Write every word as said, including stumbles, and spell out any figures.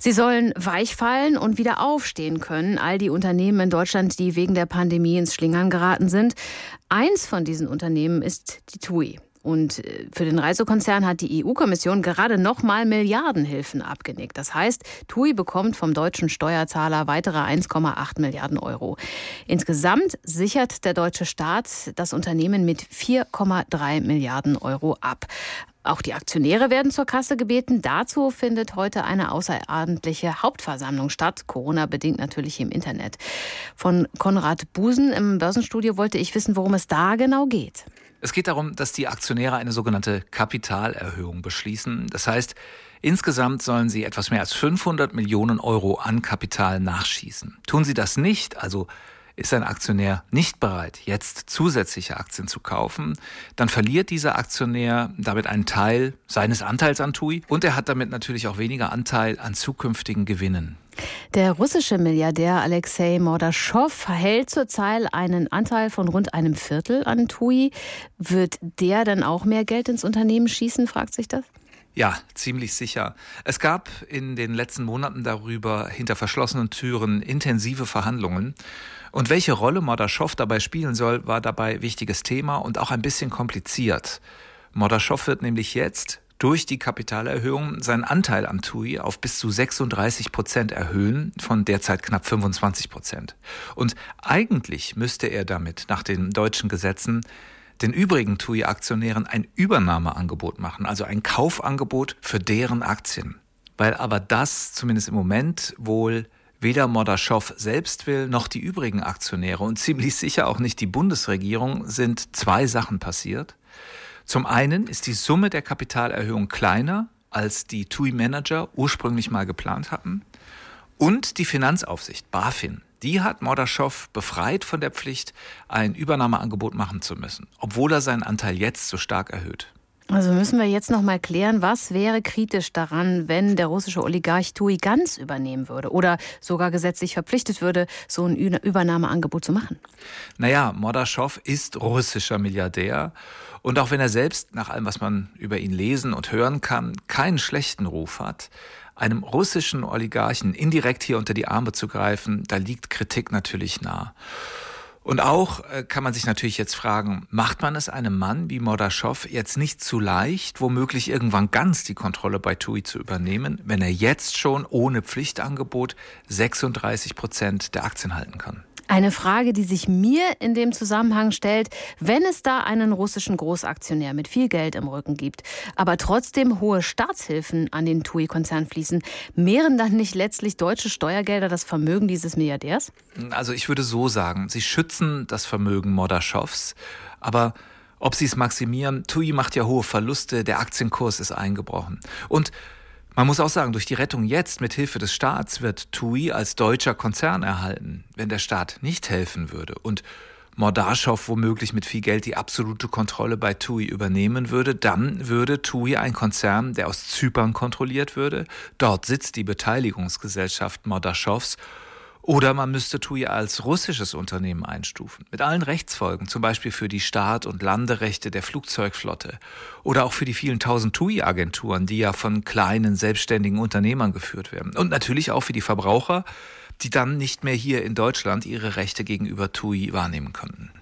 Sie sollen weich fallen und wieder aufstehen können. All die Unternehmen in Deutschland, die wegen der Pandemie ins Schlingern geraten sind. Eins von diesen Unternehmen ist die TUI. Und für den Reisekonzern hat die E U-Kommission gerade nochmal Milliardenhilfen abgenickt. Das heißt, TUI bekommt vom deutschen Steuerzahler weitere eins Komma acht Milliarden Euro. Insgesamt sichert der deutsche Staat das Unternehmen mit vier Komma drei Milliarden Euro ab. Auch die Aktionäre werden zur Kasse gebeten. Dazu findet heute eine außerordentliche Hauptversammlung statt, Corona-bedingt natürlich im Internet. Von Konrad Busen im Börsenstudio wollte ich wissen, worum es da genau geht. Es geht darum, dass die Aktionäre eine sogenannte Kapitalerhöhung beschließen. Das heißt, insgesamt sollen sie etwas mehr als fünfhundert Millionen Euro an Kapital nachschießen. Tun sie das nicht, also ist ein Aktionär nicht bereit, jetzt zusätzliche Aktien zu kaufen, dann verliert dieser Aktionär damit einen Teil seines Anteils an TUI und er hat damit natürlich auch weniger Anteil an zukünftigen Gewinnen. Der russische Milliardär Alexei Mordaschow hält zurzeit einen Anteil von rund einem Viertel an TUI. Wird der dann auch mehr Geld ins Unternehmen schießen, fragt sich das? Ja, ziemlich sicher. Es gab in den letzten Monaten darüber hinter verschlossenen Türen intensive Verhandlungen. Und welche Rolle Mordaschow dabei spielen soll, war dabei wichtiges Thema und auch ein bisschen kompliziert. Mordaschow wird nämlich jetzt durch die Kapitalerhöhung seinen Anteil am TUI auf bis zu sechsunddreißig Prozent erhöhen, von derzeit knapp fünfundzwanzig Prozent. Und eigentlich müsste er damit nach den deutschen Gesetzen den übrigen TUI-Aktionären ein Übernahmeangebot machen, also ein Kaufangebot für deren Aktien. Weil aber das zumindest im Moment wohl weder Mordaschow selbst will, noch die übrigen Aktionäre und ziemlich sicher auch nicht die Bundesregierung, sind zwei Sachen passiert. Zum einen ist die Summe der Kapitalerhöhung kleiner, als die TUI-Manager ursprünglich mal geplant hatten. Und die Finanzaufsicht, BaFin, die hat Mordaschow befreit von der Pflicht, ein Übernahmeangebot machen zu müssen, obwohl er seinen Anteil jetzt so stark erhöht. Also müssen wir jetzt noch mal klären, was wäre kritisch daran, wenn der russische Oligarch TUI ganz übernehmen würde oder sogar gesetzlich verpflichtet würde, so ein Übernahmeangebot zu machen? Naja, Mordaschow ist russischer Milliardär und auch wenn er selbst, nach allem, was man über ihn lesen und hören kann, keinen schlechten Ruf hat, einem russischen Oligarchen indirekt hier unter die Arme zu greifen, da liegt Kritik natürlich nah. Und auch äh, kann man sich natürlich jetzt fragen, macht man es einem Mann wie Mordaschow jetzt nicht zu leicht, womöglich irgendwann ganz die Kontrolle bei TUI zu übernehmen, wenn er jetzt schon ohne Pflichtangebot sechsunddreißig Prozent der Aktien halten kann? Eine Frage, die sich mir in dem Zusammenhang stellt, wenn es da einen russischen Großaktionär mit viel Geld im Rücken gibt, aber trotzdem hohe Staatshilfen an den TUI-Konzern fließen, mehren dann nicht letztlich deutsche Steuergelder das Vermögen dieses Milliardärs? Also ich würde so sagen, sie schützen das Vermögen Mordaschows, aber ob sie es maximieren, TUI macht ja hohe Verluste, der Aktienkurs ist eingebrochen. Und man muss auch sagen, durch die Rettung jetzt mit Hilfe des Staats wird TUI als deutscher Konzern erhalten. Wenn der Staat nicht helfen würde und Mordaschow womöglich mit viel Geld die absolute Kontrolle bei TUI übernehmen würde, dann würde TUI ein Konzern, der aus Zypern kontrolliert würde. Dort sitzt die Beteiligungsgesellschaft Mordaschows. Oder man müsste TUI als russisches Unternehmen einstufen, mit allen Rechtsfolgen, zum Beispiel für die Start- und Landerechte der Flugzeugflotte oder auch für die vielen tausend TUI-Agenturen, die ja von kleinen, selbstständigen Unternehmern geführt werden. Und natürlich auch für die Verbraucher, die dann nicht mehr hier in Deutschland ihre Rechte gegenüber TUI wahrnehmen könnten.